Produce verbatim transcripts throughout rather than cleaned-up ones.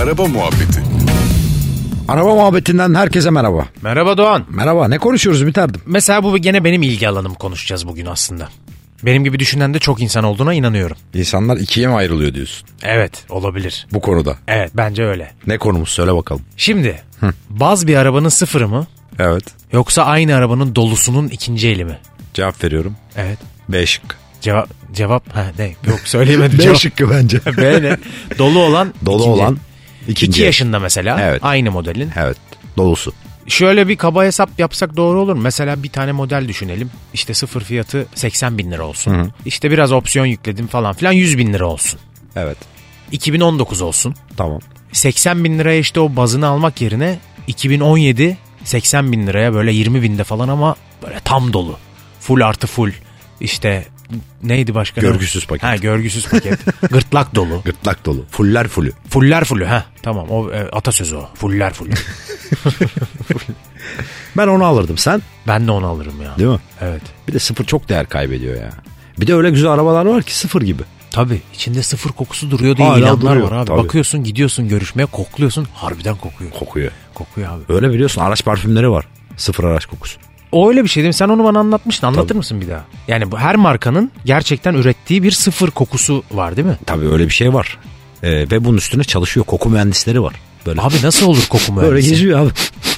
Araba Muhabbeti. Araba muhabbetinden herkese merhaba. Merhaba Doğan. Merhaba, ne konuşuyoruz Ümit'erdim? Mesela bu gene benim ilgi alanım, konuşacağız bugün aslında. Benim gibi düşünen de çok insan olduğuna inanıyorum. İnsanlar ikiye mi ayrılıyor diyorsun? Evet, olabilir. Bu konuda. Evet, bence öyle. Ne konumuz, söyle bakalım. Şimdi baz bir arabanın sıfırı mı? Evet. Yoksa aynı arabanın dolusunun ikinci eli mi? Cevap veriyorum. Evet. B şıkkı. Cevap cevap ha ne? Yok söyleyemedim. B cevap. şıkkı bence. B ne? Dolu olan Dolu ikinci. olan ikinci. İki yaşında mesela. Evet. Aynı modelin. Evet. Dolusu. Şöyle bir kaba hesap yapsak doğru olur mu? Mesela bir tane model düşünelim. İşte sıfır fiyatı seksen bin lira olsun. Hı hı. İşte biraz opsiyon yükledim falan filan, yüz bin lira olsun. Evet. iki bin on dokuz olsun. Tamam. seksen bin liraya işte o bazını almak yerine iki bin on yedi seksen bin liraya böyle yirmi binde falan ama böyle tam dolu. Full artı full. İşte neydi başka? Görgüsüz paket. Ha, görgüsüz paket. Gırtlak dolu. Gırtlak dolu. Fuller fullü. Fuller fullü ha. Tamam, o e, atasözü o. Fuller fullü. Ben onu alırdım, sen? Ben de onu alırım ya. Değil mi? Evet. Bir de sıfır çok değer kaybediyor ya. Bir de öyle güzel arabalar var ki sıfır gibi. Tabii, içinde sıfır kokusu duruyor diye Hala ilanlar duruyor, var abi. tabii. Bakıyorsun, gidiyorsun görüşmeye, kokluyorsun, harbiden kokuyor. Kokuyor. Kokuyor abi. Öyle biliyorsun, araç parfümleri var. Sıfır araç kokusu. O öyle bir şey değil mi? Sen onu bana anlatmıştın. Anlatır Tabii. mısın bir daha? Yani bu her markanın gerçekten ürettiği bir sıfır kokusu var değil mi? Tabii öyle bir şey var. Ee, ve bunun üstüne çalışıyor. Koku mühendisleri var. Böyle. Abi nasıl olur koku mühendisi? Böyle geziyor abi.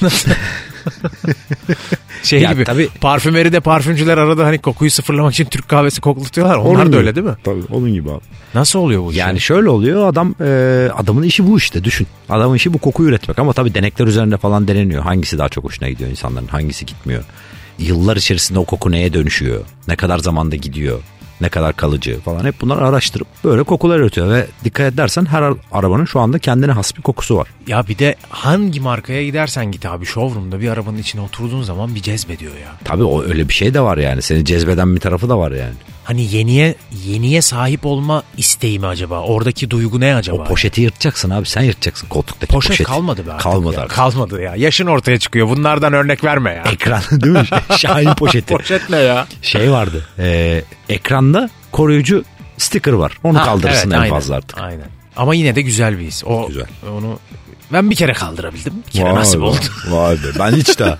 Şey ya gibi tabii, parfümeri de parfümcüler arada hani kokuyu sıfırlamak için Türk kahvesi koklatıyorlar. Onlar onun da gibi. öyle değil mi? Tabii onun gibi abi. Nasıl oluyor bu iş? Yani şöyle oluyor, adam e, adamın işi bu işte, düşün. Adamın işi bu kokuyu üretmek ama tabii denekler üzerinde falan deneniyor. Hangisi daha çok hoşuna gidiyor insanların, hangisi gitmiyor. Yıllar içerisinde o koku neye dönüşüyor? Ne kadar zamanda gidiyor? Ne kadar kalıcı falan, hep bunları araştırıp böyle kokular üretiyor ve dikkat edersen her arabanın şu anda kendine has bir kokusu var. Ya bir de hangi markaya gidersen git abi, showroom'da bir arabanın içine oturduğun zaman bir cezbediyor ya. Tabii o öyle bir şey de var yani, seni cezbeden bir tarafı da var yani. Hani yeniye yeniye sahip olma isteği mi acaba? Oradaki duygu ne acaba? O poşeti yırtacaksın abi, sen yırtacaksın koltuktaki Poşet poşeti. kalmadı be artık. Kalmadı ya. artık. Kalmadı ya. Yaşın ortaya çıkıyor. Bunlardan örnek verme ya. Ekran değil mi? Şahin poşeti. Poşet ne ya? Şey vardı. E, ekranda koruyucu sticker var. Onu ha, kaldırırsın evet, en aynen, fazla artık. Aynen. Ama yine de güzel bir his. O, güzel. Onu ben bir kere kaldırabildim. Bir kere vay nasip be, oldu. Vay be. Ben hiç daha.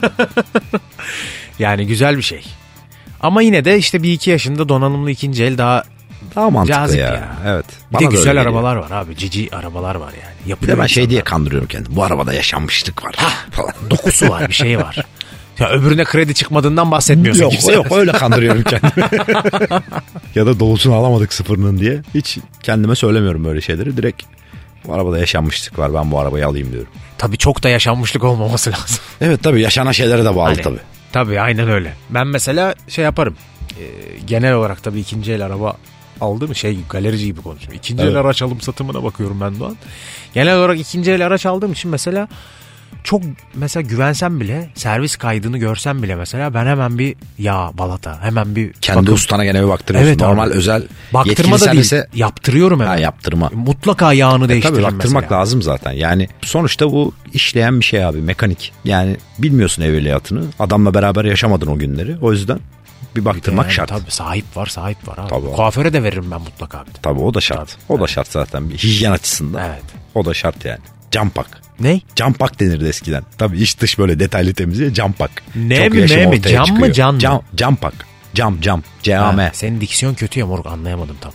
Yani güzel bir şey. Ama yine de işte bir iki yaşında donanımlı ikinci el daha daha mantıklı cazip ya. ya. Evet. Bir de güzel arabalar var abi. Cici arabalar var yani. Yapıyor bir de ben şey diye kandırıyorum kendimi. Bu arabada yaşanmışlık var. Falan. Dokusu var, bir şey var. Ya öbürüne kredi çıkmadığından bahsetmiyorsun. Yok kimse. yok öyle kandırıyorum kendimi. Ya da dolusunu alamadık sıfırının diye. Hiç kendime söylemiyorum böyle şeyleri. Direkt bu arabada yaşanmışlık var, ben bu arabayı alayım diyorum. Tabii çok da yaşanmışlık olmaması lazım. Evet tabii, yaşanan şeylere de bağlı hani, tabii. Tabii aynen öyle. Ben mesela şey yaparım. E, genel olarak tabii ikinci el araba aldı mı şey, galerici gibi konuşuyorum. İkinci evet. el araç alım satımına bakıyorum ben Doğan. Genel olarak ikinci el araç aldığım için mesela çok mesela güvensem bile, servis kaydını görsem bile mesela ben hemen bir yağ, balata, hemen bir kendi bakım. ustana gene bir baktırıyorsun. Evet, normal abi. Özel baktırma da değil, yaptırıyorum hemen. Ha, yaptırma. Mutlaka yağını e, değiştiririm tabii baktırmak mesela. lazım zaten. Yani sonuçta bu işleyen bir şey abi, mekanik. Yani bilmiyorsun evveliyatını. Adamla beraber yaşamadın o günleri. O yüzden bir baktırmak yani, şart. Tabii sahip var, sahip var abi. Tabii. Kuaföre de veririm ben mutlaka abi. Tabii o da şart. Tabii. O da şart zaten, bir hijyen açısından. Evet. O da şart yani. Campak. Ne? Campak denirdi eskiden. Tabii iç dış böyle detaylı temizliğe campak. Ne Çok mi ne mi? Cam çıkıyor. mı can mı? Cam, campak. Cam cam. C A M. Senin diksiyon kötü ya moruk, anlayamadım tam.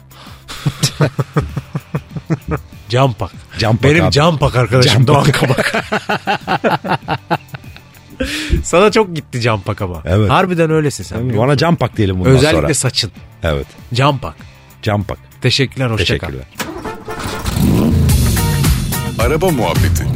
Campak. Campak Benim abi. campak arkadaşım campak. Doğan Kabak. Sana çok gitti campak ama. Evet. Harbiden öylesin sen. Bana campak diyelim bundan Özellikle sonra. Özellikle saçın. Evet. Campak. Campak. Teşekkürler, hoşça kal. Teşekkürler. Araba Muhabbeti.